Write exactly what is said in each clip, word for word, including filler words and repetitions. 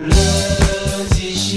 Le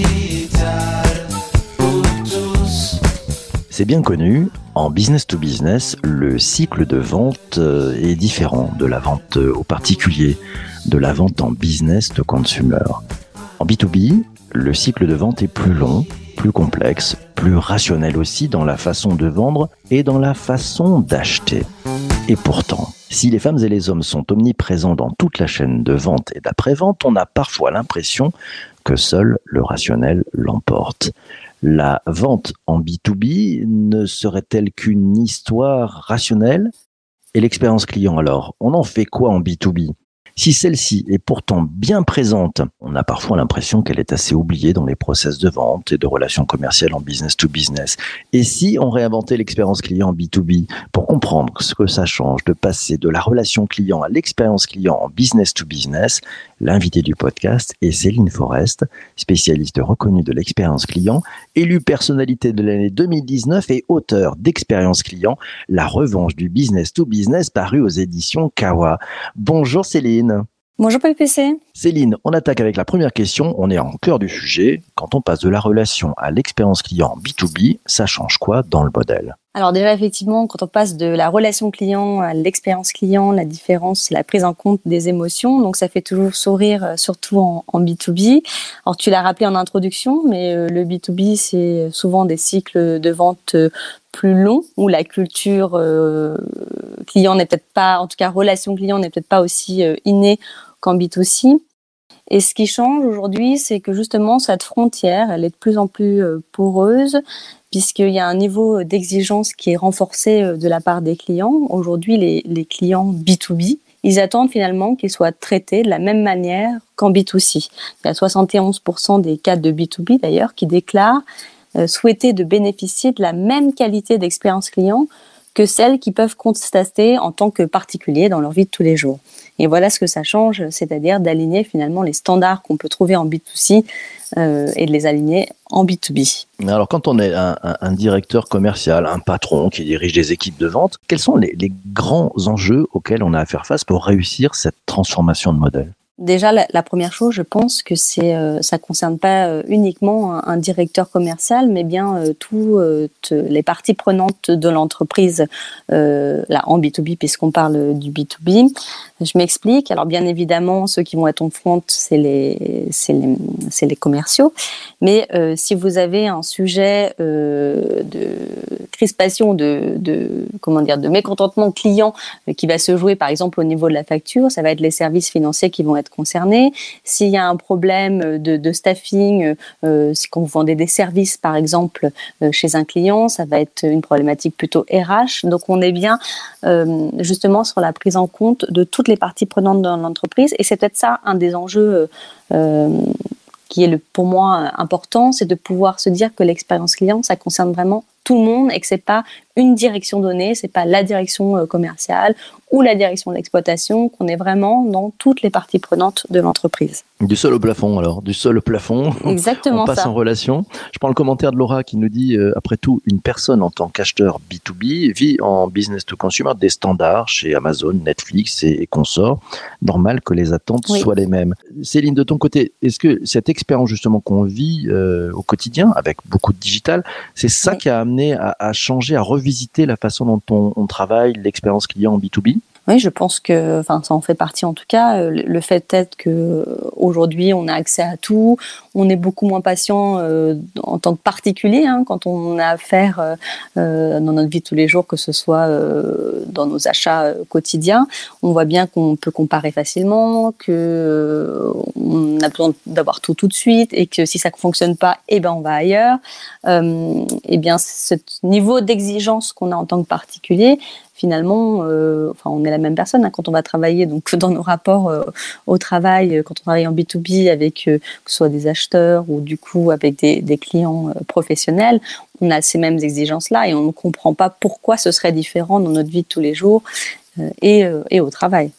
digital pour tous. C'est bien connu, en business to business, le cycle de vente est différent de la vente aux particuliers, de la vente en business to consumer. En B deux B, le cycle de vente est plus long, plus complexe, plus rationnel aussi dans la façon de vendre et dans la façon d'acheter. Et pourtant, si les femmes et les hommes sont omniprésents dans toute la chaîne de vente et d'après-vente, on a parfois l'impression que seul le rationnel l'emporte. La vente en B deux B ne serait-elle qu'une histoire rationnelle ? Et l'expérience client alors, on en fait quoi en B deux B ? Si celle-ci est pourtant bien présente, on a parfois l'impression qu'elle est assez oubliée dans les process de vente et de relations commerciales en business to business. Et si on réinventait l'expérience client en B deux B pour comprendre ce que ça change de passer de la relation client à l'expérience client en business to business, l'invité du podcast est Céline Forest, spécialiste reconnue de l'expérience client, élue personnalité de l'année deux mille dix-neuf et auteure d'Expérience client, la revanche du business to business paru aux éditions Kawa. Bonjour Céline. Bonjour Paul P C. Céline, on attaque avec la première question. On est en cœur du sujet. Quand on passe de la relation à l'expérience client en B deux B, ça change quoi dans le modèle ? Alors déjà, effectivement, quand on passe de la relation client à l'expérience client, la différence, c'est la prise en compte des émotions. Donc, ça fait toujours sourire, surtout en, en B deux B. Alors, tu l'as rappelé en introduction, mais euh, le B deux B, c'est souvent des cycles de vente euh, plus longs, où la culture euh, client n'est peut-être pas, en tout cas, relation client n'est peut-être pas aussi euh, innée qu'en B deux C. Et ce qui change aujourd'hui, c'est que justement, cette frontière, elle est de plus en plus euh, poreuse, puisqu'il y a un niveau d'exigence qui est renforcé de la part des clients. Aujourd'hui, les, les clients B deux B, ils attendent finalement qu'ils soient traités de la même manière qu'en B deux C. Il y a soixante et onze pour cent des cadres de B deux B d'ailleurs qui déclarent euh, souhaiter de bénéficier de la même qualité d'expérience client que celles qu'ils peuvent constater en tant que particulier dans leur vie de tous les jours. Et voilà ce que ça change, c'est-à-dire d'aligner finalement les standards qu'on peut trouver en B deux C euh, et de les aligner en B deux B. Alors quand on est un, un, un directeur commercial, un patron qui dirige des équipes de vente, quels sont les, les grands enjeux auxquels on a à faire face pour réussir cette transformation de modèle ? Déjà, la, la première chose, je pense que c'est, euh, ça concerne pas euh, uniquement un, un directeur commercial, mais bien euh, toutes euh, les parties prenantes de l'entreprise, euh, là en B deux B, puisqu'on parle du B deux B. Je m'explique. Alors, bien évidemment, ceux qui vont être en front, c'est les, c'est les, c'est les commerciaux. Mais euh, si vous avez un sujet euh, de crispation, de, de comment dire, de mécontentement client euh, qui va se jouer, par exemple, au niveau de la facture, ça va être les services financiers qui vont être concernés. S'il y a un problème de, de staffing, euh, quand vous vendez des services, par exemple, euh, chez un client, ça va être une problématique plutôt R H. Donc, on est bien euh, justement sur la prise en compte de toutes les parties prenantes dans l'entreprise. Et c'est peut-être ça, un des enjeux euh, qui est le, pour moi important, c'est de pouvoir se dire que l'expérience client, ça concerne vraiment tout le monde et que c'est pas une direction donnée, c'est pas la direction commerciale ou la direction de l'exploitation, qu'on est vraiment dans toutes les parties prenantes de l'entreprise. Du sol au plafond alors, du sol au plafond. Exactement. On passe ça. en relation. Je prends le commentaire de Laura qui nous dit euh, après tout, une personne en tant qu'acheteur B deux B vit en business to consumer des standards chez Amazon, Netflix et, et consorts. Normal que les attentes oui. soient les mêmes. Céline, de ton côté, est-ce que cette expérience justement qu'on vit euh, au quotidien avec beaucoup de digital, c'est ça oui. qui a amené à, à changer, à revisiter la façon dont on, on travaille l'expérience client en B deux B ? Oui, je pense que, enfin, ça en fait partie en tout cas. Le fait est que aujourd'hui, on a accès à tout. On est beaucoup moins patient euh, en tant que particulier hein, quand on a affaire euh, dans notre vie de tous les jours, que ce soit euh, dans nos achats euh, quotidiens. On voit bien qu'on peut comparer facilement, que euh, on a besoin d'avoir tout tout de suite et que si ça ne fonctionne pas, eh ben on va ailleurs. Euh, et bien, ce niveau d'exigence qu'on a en tant que particulier, finalement, euh, enfin, on est la même personne hein, quand on va travailler donc dans nos rapports euh, au travail, quand on travaille en B deux B avec euh, que ce soit des acheteurs ou du coup avec des, des clients euh, professionnels, on a ces mêmes exigences-là et on ne comprend pas pourquoi ce serait différent dans notre vie de tous les jours euh, et, euh, et au travail.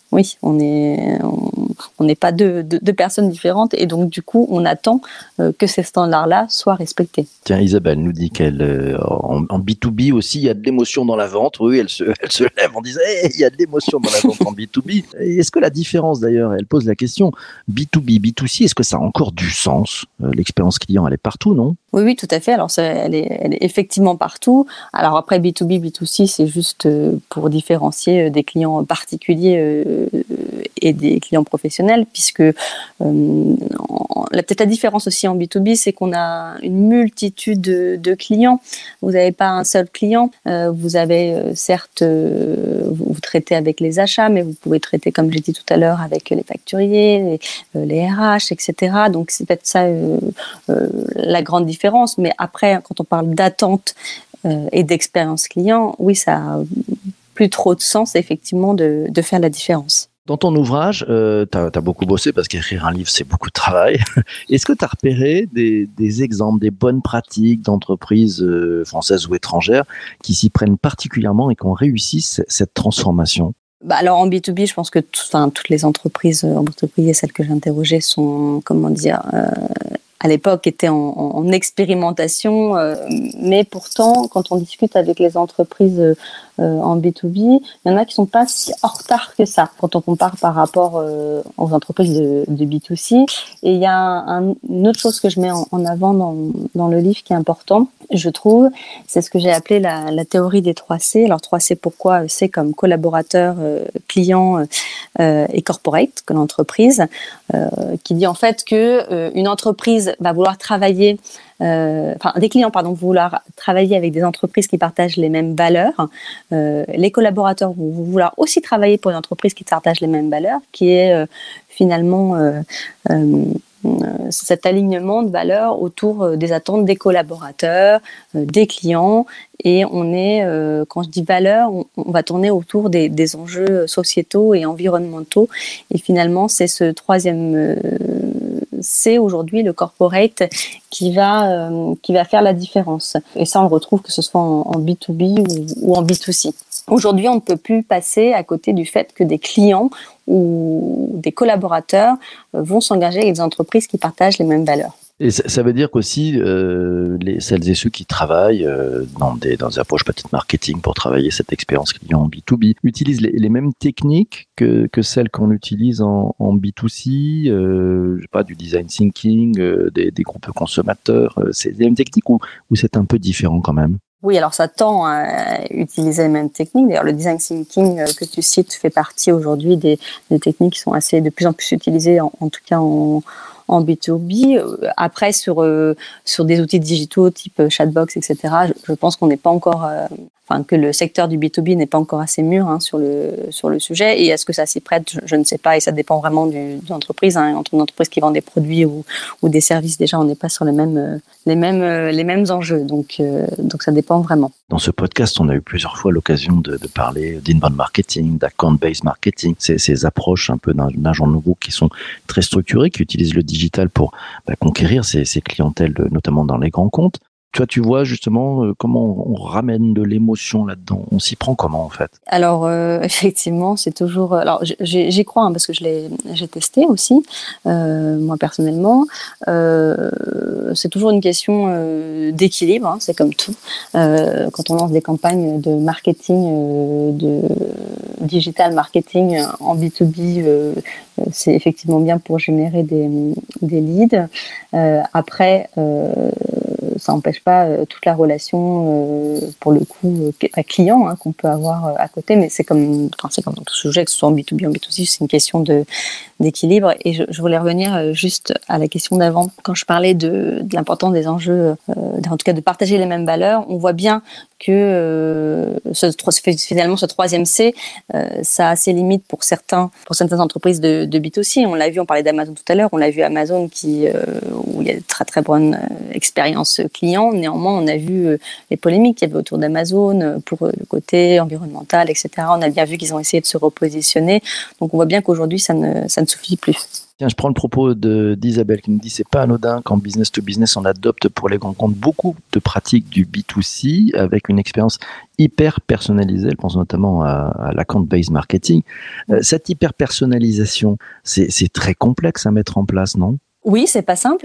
Oui, on est, on n'est pas deux, deux, deux personnes différentes et donc du coup, on attend euh, que ces standards-là soient respectés. Tiens, Isabelle nous dit qu'elle, euh, en, en B deux B aussi, il y a de l'émotion dans la vente. Oui, elle se, elle se lève en disant hey, il y a de l'émotion dans la vente en B deux B. Et est-ce que la différence d'ailleurs, elle pose la question, B deux B, B deux C, est-ce que ça a encore du sens? euh, L'expérience client, elle est partout, non? Oui, oui, tout à fait. Alors, ça, elle, est, elle est effectivement partout. Alors après, B deux B, B deux C, c'est juste pour différencier des clients particuliers euh, et des clients professionnels, puisque euh, en, peut-être la différence aussi en B deux B, c'est qu'on a une multitude de, de clients. Vous n'avez pas un seul client. Euh, vous avez, euh, certes, euh, vous, vous traitez avec les achats, mais vous pouvez traiter, comme j'ai dit tout à l'heure, avec les facturiers, les, euh, les R H, et cetera. Donc, c'est peut-être ça euh, euh, la grande différence. Mais après, quand on parle d'attente euh, et d'expérience client, oui, ça a plus trop de sens, effectivement, de, de faire la différence. Dans ton ouvrage, euh, tu as beaucoup bossé parce qu'écrire un livre, c'est beaucoup de travail. Est-ce que tu as repéré des, des exemples, des bonnes pratiques d'entreprises euh, françaises ou étrangères qui s'y prennent particulièrement et qui ont réussi c- cette transformation? Bah alors en B deux B, je pense que tout, enfin, toutes les entreprises en particulier, celles que j'ai interrogées, sont, comment dire, euh, à l'époque étaient en, en, en expérimentation, euh, mais pourtant, quand on discute avec les entreprises euh, en B deux B, il y en a qui sont pas si en retard que ça, quand on compare par rapport euh, aux entreprises de, de B deux C. Et il y a un, une autre chose que je mets en, en avant dans, dans le livre qui est important, je trouve, c'est ce que j'ai appelé la, la théorie des trois C. Alors trois C, pourquoi? C comme collaborateur, euh, client euh, et corporate, que l'entreprise, euh, qui dit en fait que euh, une entreprise va vouloir travailler, euh, enfin des clients pardon, vouloir travailler avec des entreprises qui partagent les mêmes valeurs. Euh, les collaborateurs vont vouloir aussi travailler pour une entreprise qui partage les mêmes valeurs, qui est euh, finalement euh, euh, cet alignement de valeurs autour des attentes des collaborateurs, des clients, et on est, quand je dis valeurs, on va tourner autour des, des enjeux sociétaux et environnementaux, et finalement c'est ce troisième C aujourd'hui, le corporate, qui va, qui va faire la différence. Et ça on le retrouve que ce soit en, en B deux B ou, ou en B deux C. Aujourd'hui, on ne peut plus passer à côté du fait que des clients ou des collaborateurs vont s'engager avec des entreprises qui partagent les mêmes valeurs. Et ça, ça veut dire qu'aussi, euh, les, celles et ceux qui travaillent euh, dans, des, dans des approches peut-être marketing pour travailler cette expérience client en B deux B utilisent les, les mêmes techniques que, que celles qu'on utilise en, en B deux C, euh, je sais pas, du design thinking, euh, des, des groupes consommateurs. Euh, c'est les mêmes techniques ou, ou c'est un peu différent quand même? Oui, alors ça tend à utiliser les mêmes techniques. D'ailleurs, le design thinking que tu cites fait partie aujourd'hui des, des techniques qui sont assez de plus en plus utilisées, en, en tout cas en, en B deux B. Après, sur, euh, sur des outils digitaux type Chatbox, et cetera, je, je pense qu'on n'est pas encore... Euh, Enfin, que le secteur du B deux B n'est pas encore assez mûr hein, sur le sur le sujet. Et est-ce que ça s'y prête? je, je ne sais pas. Et ça dépend vraiment du, de l'entreprise. Hein. Entre une entreprise qui vend des produits ou, ou des services, déjà, on n'est pas sur les mêmes les mêmes les mêmes enjeux. Donc euh, donc ça dépend vraiment. Dans ce podcast, on a eu plusieurs fois l'occasion de, de parler d'inbound marketing, d'account-based marketing, ces, ces approches un peu d'un, d'un genre nouveau qui sont très structurées, qui utilisent le digital pour bah, conquérir ces, ces clientèles, notamment dans les grands comptes. Toi, tu vois justement euh, comment on ramène de l'émotion là-dedans. On s'y prend comment en fait? Alors euh, effectivement, c'est toujours. Alors j'y, j'y crois hein, parce que je l'ai, j'ai testé aussi euh, moi personnellement. Euh, c'est toujours une question euh, d'équilibre. Hein, c'est comme tout. Euh, quand on lance des campagnes de marketing, euh, de digital marketing en B deux B, euh, c'est effectivement bien pour générer des des leads. Euh, après. Euh, ça n'empêche pas euh, toute la relation euh, pour le coup euh, client hein, qu'on peut avoir euh, à côté, mais c'est comme, enfin, c'est comme dans tout sujet, que ce soit en B deux B ou en B deux C, c'est une question de, d'équilibre. Et je, je voulais revenir juste à la question d'avant, quand je parlais de, de l'importance des enjeux, euh, en tout cas de partager les mêmes valeurs, on voit bien que euh, ce, finalement ce troisième C, euh, ça a ses limites pour certains, pour certaines entreprises de, de B deux C. On l'a vu, on parlait d'Amazon tout à l'heure, on l'a vu Amazon qui, euh, où il y a de très très bonnes euh, expériences clients. Néanmoins, on a vu euh, les polémiques qu'il y avait autour d'Amazon euh, pour euh, le côté environnemental, et cetera. On a bien vu qu'ils ont essayé de se repositionner. Donc on voit bien qu'aujourd'hui, ça ne, ça ne suffit plus. Tiens, je prends le propos de, d'Isabelle qui nous dit c'est pas anodin qu'en business to business on adopte pour les grands comptes beaucoup de pratiques du B deux C avec une expérience hyper personnalisée. Elle pense notamment à, à l'account-based marketing. Euh, cette hyper personnalisation, c'est, c'est très complexe à mettre en place, non? Oui, c'est pas simple,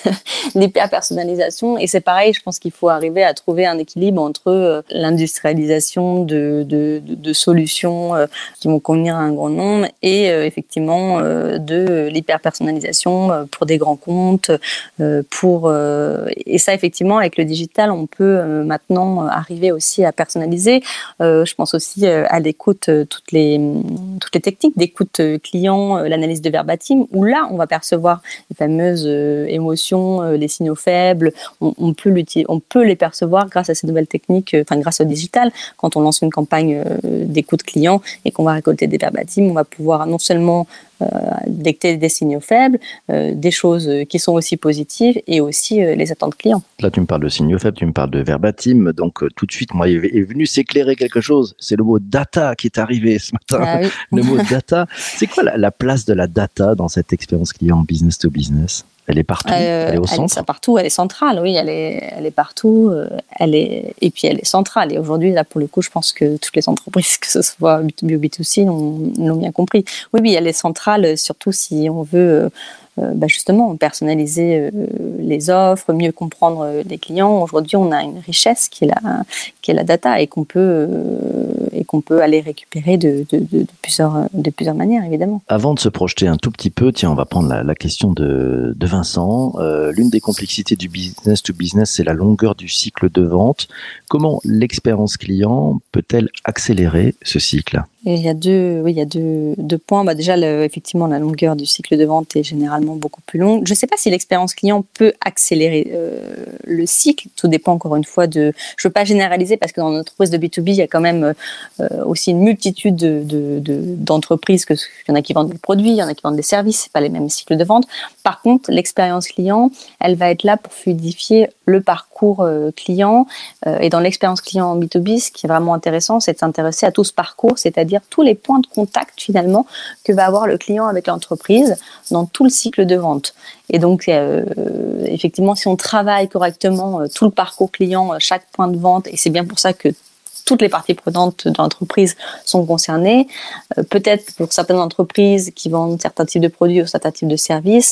l'hyper-personnalisation. Et c'est pareil, je pense qu'il faut arriver à trouver un équilibre entre euh, l'industrialisation de, de, de, de solutions euh, qui vont convenir à un grand nombre et euh, effectivement euh, de l'hyper-personnalisation euh, pour des grands comptes. Euh, pour, euh, et ça, effectivement, avec le digital, on peut euh, maintenant arriver aussi à personnaliser. Euh, je pense aussi euh, à l'écoute, euh, toutes, les, toutes les techniques d'écoute client, euh, l'analyse de verbatim, où là, on va percevoir les fameuses euh, émotions, euh, les signaux faibles, on, on, peut on peut les percevoir grâce à ces nouvelles techniques, enfin euh, grâce au digital. Quand on lance une campagne euh, d'écoute client et qu'on va récolter des verbatims, on va pouvoir non seulement euh, détecter des signaux faibles, euh, des choses qui sont aussi positives et aussi euh, les attentes clients. Là, tu me parles de signaux faibles, tu me parles de verbatim, donc euh, tout de suite, moi, il est venu s'éclairer quelque chose. C'est le mot data qui est arrivé ce matin. Ah oui. Le mot data. C'est quoi la, la place de la data dans cette expérience client business to business? Elle est partout, euh, elle est au elle centre. Elle est partout, elle est centrale, oui, elle est, elle est partout, euh, elle est, et puis elle est centrale. Et aujourd'hui, là, pour le coup, je pense que toutes les entreprises, que ce soit B deux B ou B deux C, l'ont, l'ont bien compris. Oui, oui, elle est centrale, surtout si on veut euh, bah justement personnaliser euh, les offres, mieux comprendre euh, les clients. Aujourd'hui, on a une richesse qui est la, qui est la data et qu'on peut, euh, et qu'on peut aller récupérer de, de, de, de, plusieurs, de plusieurs manières, évidemment. Avant de se projeter un tout petit peu, tiens, on va prendre la, la question de, de Vincent. Euh, l'une des complexités du business to business, c'est la longueur du cycle de vente. Comment l'expérience client peut-elle accélérer ce cycle ? Et il y a deux, oui, il y a deux, deux points. Bah déjà, le, effectivement, la longueur du cycle de vente est généralement beaucoup plus longue. Je ne sais pas si l'expérience client peut accélérer euh, le cycle. Tout dépend encore une fois de. Je ne veux pas généraliser parce que dans notre entreprise de B deux B, il y a quand même euh, aussi une multitude de, de, de, d'entreprises. Que, il y en a qui vendent des produits, il y en a qui vendent des services. C'est pas les mêmes cycles de vente. Par contre, l'expérience client, elle va être là pour fluidifier le parcours euh, client. Euh, et dans l'expérience client en B deux B, ce qui est vraiment intéressant, c'est de s'intéresser à tout ce parcours, c'est-à-dire tous les points de contact finalement que va avoir le client avec l'entreprise dans tout le cycle de vente. Et donc, euh, effectivement, si on travaille correctement euh, tout le parcours client, euh, chaque point de vente, et c'est bien pour ça que toutes les parties prenantes de l'entreprise sont concernées. Euh, peut-être pour certaines entreprises qui vendent certains types de produits ou certains types de services,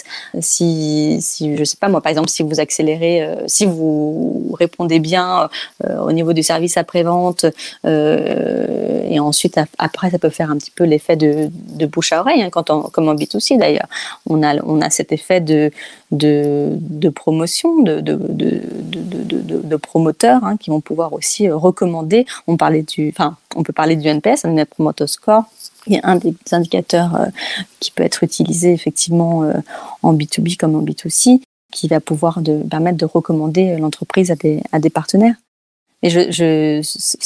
si, si je sais pas moi, par exemple, si vous accélérez, euh, si vous répondez bien euh, au niveau du service après-vente, euh, et ensuite après ça peut faire un petit peu l'effet de, de bouche à oreille, hein, quand on, comme en B deux C d'ailleurs, on a on a cet effet de de, de promotion, de de de de, de, de, de promoteurs, hein, qui vont pouvoir aussi recommander. On parlait du, enfin, on peut parler du N P S, un Net Promoter Score, qui est un des indicateurs euh, qui peut être utilisé effectivement euh, en B deux B comme en B deux C, qui va pouvoir de, permettre de recommander l'entreprise à des, à des partenaires. Et je, je,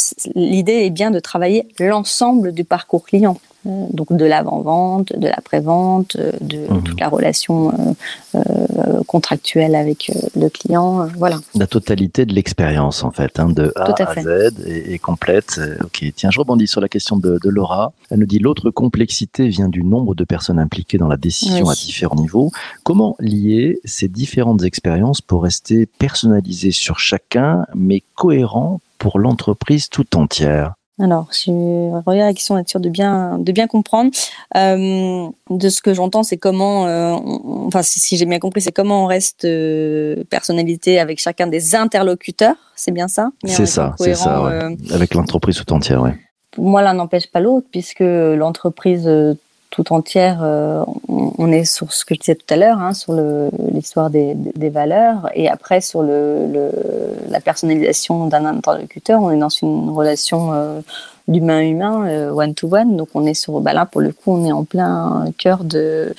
l'idée est bien de travailler l'ensemble du parcours client. Euh, donc de l'avant-vente, de l'après-vente, de mmh. toute la relation euh, euh, contractuelle avec euh, le client, euh, voilà. La totalité de l'expérience en fait, hein, de A à, à Z et, et complète. Ok, tiens, je rebondis sur la question de, de Laura. Elle nous dit l'autre complexité vient du nombre de personnes impliquées dans la décision oui. à différents niveaux. Comment lier ces différentes expériences pour rester personnalisées sur chacun, mais cohérent pour l'entreprise tout entière ? Alors, je reviens à la question, être sûr de bien, de bien comprendre. Euh, de ce que j'entends, c'est comment, euh, on, enfin, si, si j'ai bien compris, c'est comment on reste euh, personnalité avec chacun des interlocuteurs. C'est bien ça ? C'est ça, c'est ça, ouais. euh, avec l'entreprise tout entière, oui. Pour moi, l'un n'empêche pas l'autre, puisque l'entreprise euh, tout entière, euh, on, on est sur ce que je disais tout à l'heure, hein, sur le, l'histoire des, des valeurs, et après sur le, le, la personnalisation d'un interlocuteur, on est dans une relation euh, d'humain-humain, euh, one-to-one, donc on est sur, bah là pour le coup, on est en plein cœur de,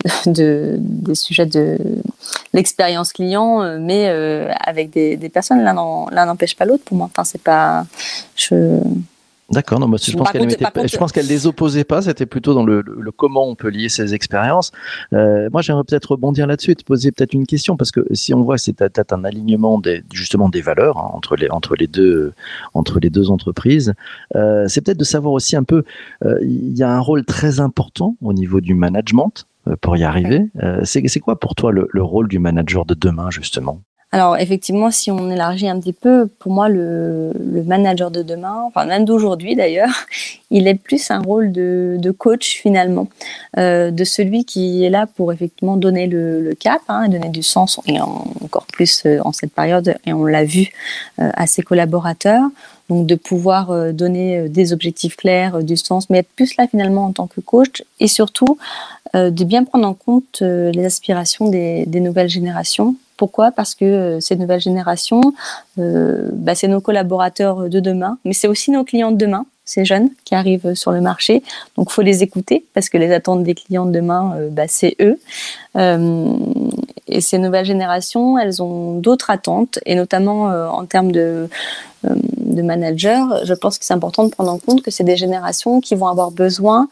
de, des sujets de l'expérience client, mais euh, avec des, des personnes, l'un, l'un n'empêche pas l'autre pour moi, enfin c'est pas... Je... D'accord, non, moi, je, pense qu'elle contre, mettait, contre, je pense qu'elle les opposait pas, c'était plutôt dans le, le, le comment on peut lier ces expériences. Euh, moi, j'aimerais peut-être rebondir là-dessus et te poser peut-être une question, parce que si on voit, c'est peut-être un alignement des, justement des valeurs, hein, entre les entre les deux entre les deux entreprises. Euh, c'est peut-être de savoir aussi un peu, euh, il y a un rôle très important au niveau du management pour y arriver. Euh, c'est, c'est quoi pour toi le, le rôle du manager de demain, justement ? Alors effectivement, si on élargit un petit peu, pour moi, le, le manager de demain, enfin même d'aujourd'hui d'ailleurs, il est plus un rôle de, de coach finalement, euh, de celui qui est là pour effectivement donner le, le cap, hein, donner du sens, et en, encore plus euh, en cette période, et on l'a vu euh, à ses collaborateurs. Donc de pouvoir euh, donner euh, des objectifs clairs, euh, du sens, mais être plus là finalement en tant que coach, et surtout euh, de bien prendre en compte euh, les aspirations des, des nouvelles générations. Pourquoi ? Parce que euh, ces nouvelles générations, euh, bah, c'est nos collaborateurs de demain, mais c'est aussi nos clients de demain, ces jeunes qui arrivent sur le marché. Donc, il faut les écouter parce que les attentes des clients de demain, euh, bah, c'est eux. Euh, et ces nouvelles générations, elles ont d'autres attentes, et notamment euh, en termes de, euh, de managers, je pense que c'est important de prendre en compte que c'est des générations qui vont avoir besoin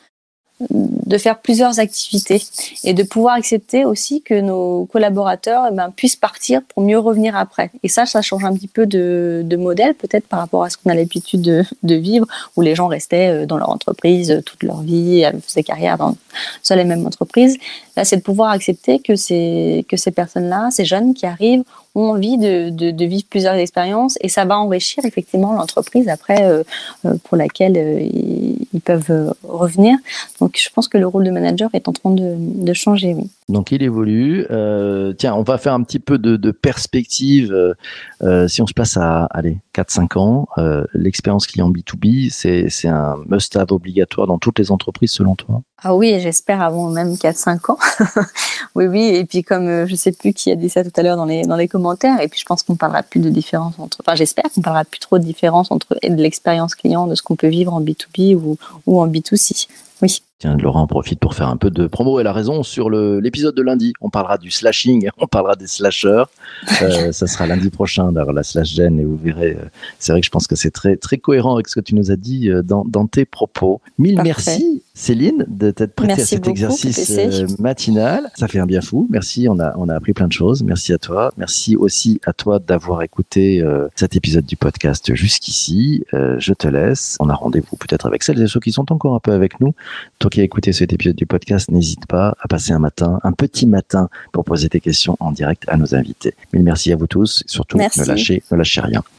de faire plusieurs activités et de pouvoir accepter aussi que nos collaborateurs eh ben, puissent partir pour mieux revenir après. Et ça, ça change un petit peu de, de modèle peut-être par rapport à ce qu'on a l'habitude de, de vivre, où les gens restaient dans leur entreprise toute leur vie, faisaient carrière dans seule et même entreprise. Là, c'est de pouvoir accepter que ces, que ces personnes-là, ces jeunes qui arrivent, ont envie de, de, de vivre plusieurs expériences, et ça va enrichir effectivement l'entreprise après euh, pour laquelle euh, ils, ils peuvent euh, revenir. Donc je pense que le rôle de manager est en train de, de changer, oui. Donc il évolue. Euh, tiens, on va faire un petit peu de, de perspective. Euh, si on se place à allez, quatre cinq ans, euh, l'expérience client B deux B, c'est, c'est un must-have obligatoire dans toutes les entreprises selon toi ? Ah oui, j'espère avant même quatre cinq ans. oui, oui. Et puis comme euh, je sais plus qui a dit ça tout à l'heure dans les dans les commentaires, et puis je pense qu'on parlera plus de différence entre. Enfin, j'espère qu'on parlera plus trop de différence entre de l'expérience client, de ce qu'on peut vivre en B deux B ou ou en B deux C. Oui. Tiens, Laura en profite pour faire un peu de promo. Elle a raison sur le, l'épisode de lundi. On parlera du slashing, on parlera des slashers. Euh, ça sera lundi prochain, d'ailleurs, la slash gen, et vous verrez. Euh, c'est vrai que je pense que c'est très, très cohérent avec ce que tu nous as dit euh, dans, dans tes propos. Mille Parfait. Merci, Céline, de t'être prêtée merci à cet beaucoup, exercice euh, matinal. Ça fait un bien fou. Merci, on a, on a appris plein de choses. Merci à toi. Merci aussi à toi d'avoir écouté euh, cet épisode du podcast jusqu'ici. Euh, je te laisse. On a rendez-vous peut-être avec celles et ceux qui sont encore un peu avec nous. Toi qui as écouté cet épisode du podcast, n'hésite pas à passer un matin, un petit matin, pour poser tes questions en direct à nos invités. Mille merci à vous tous. Surtout, merci. ne lâchez, ne lâchez rien.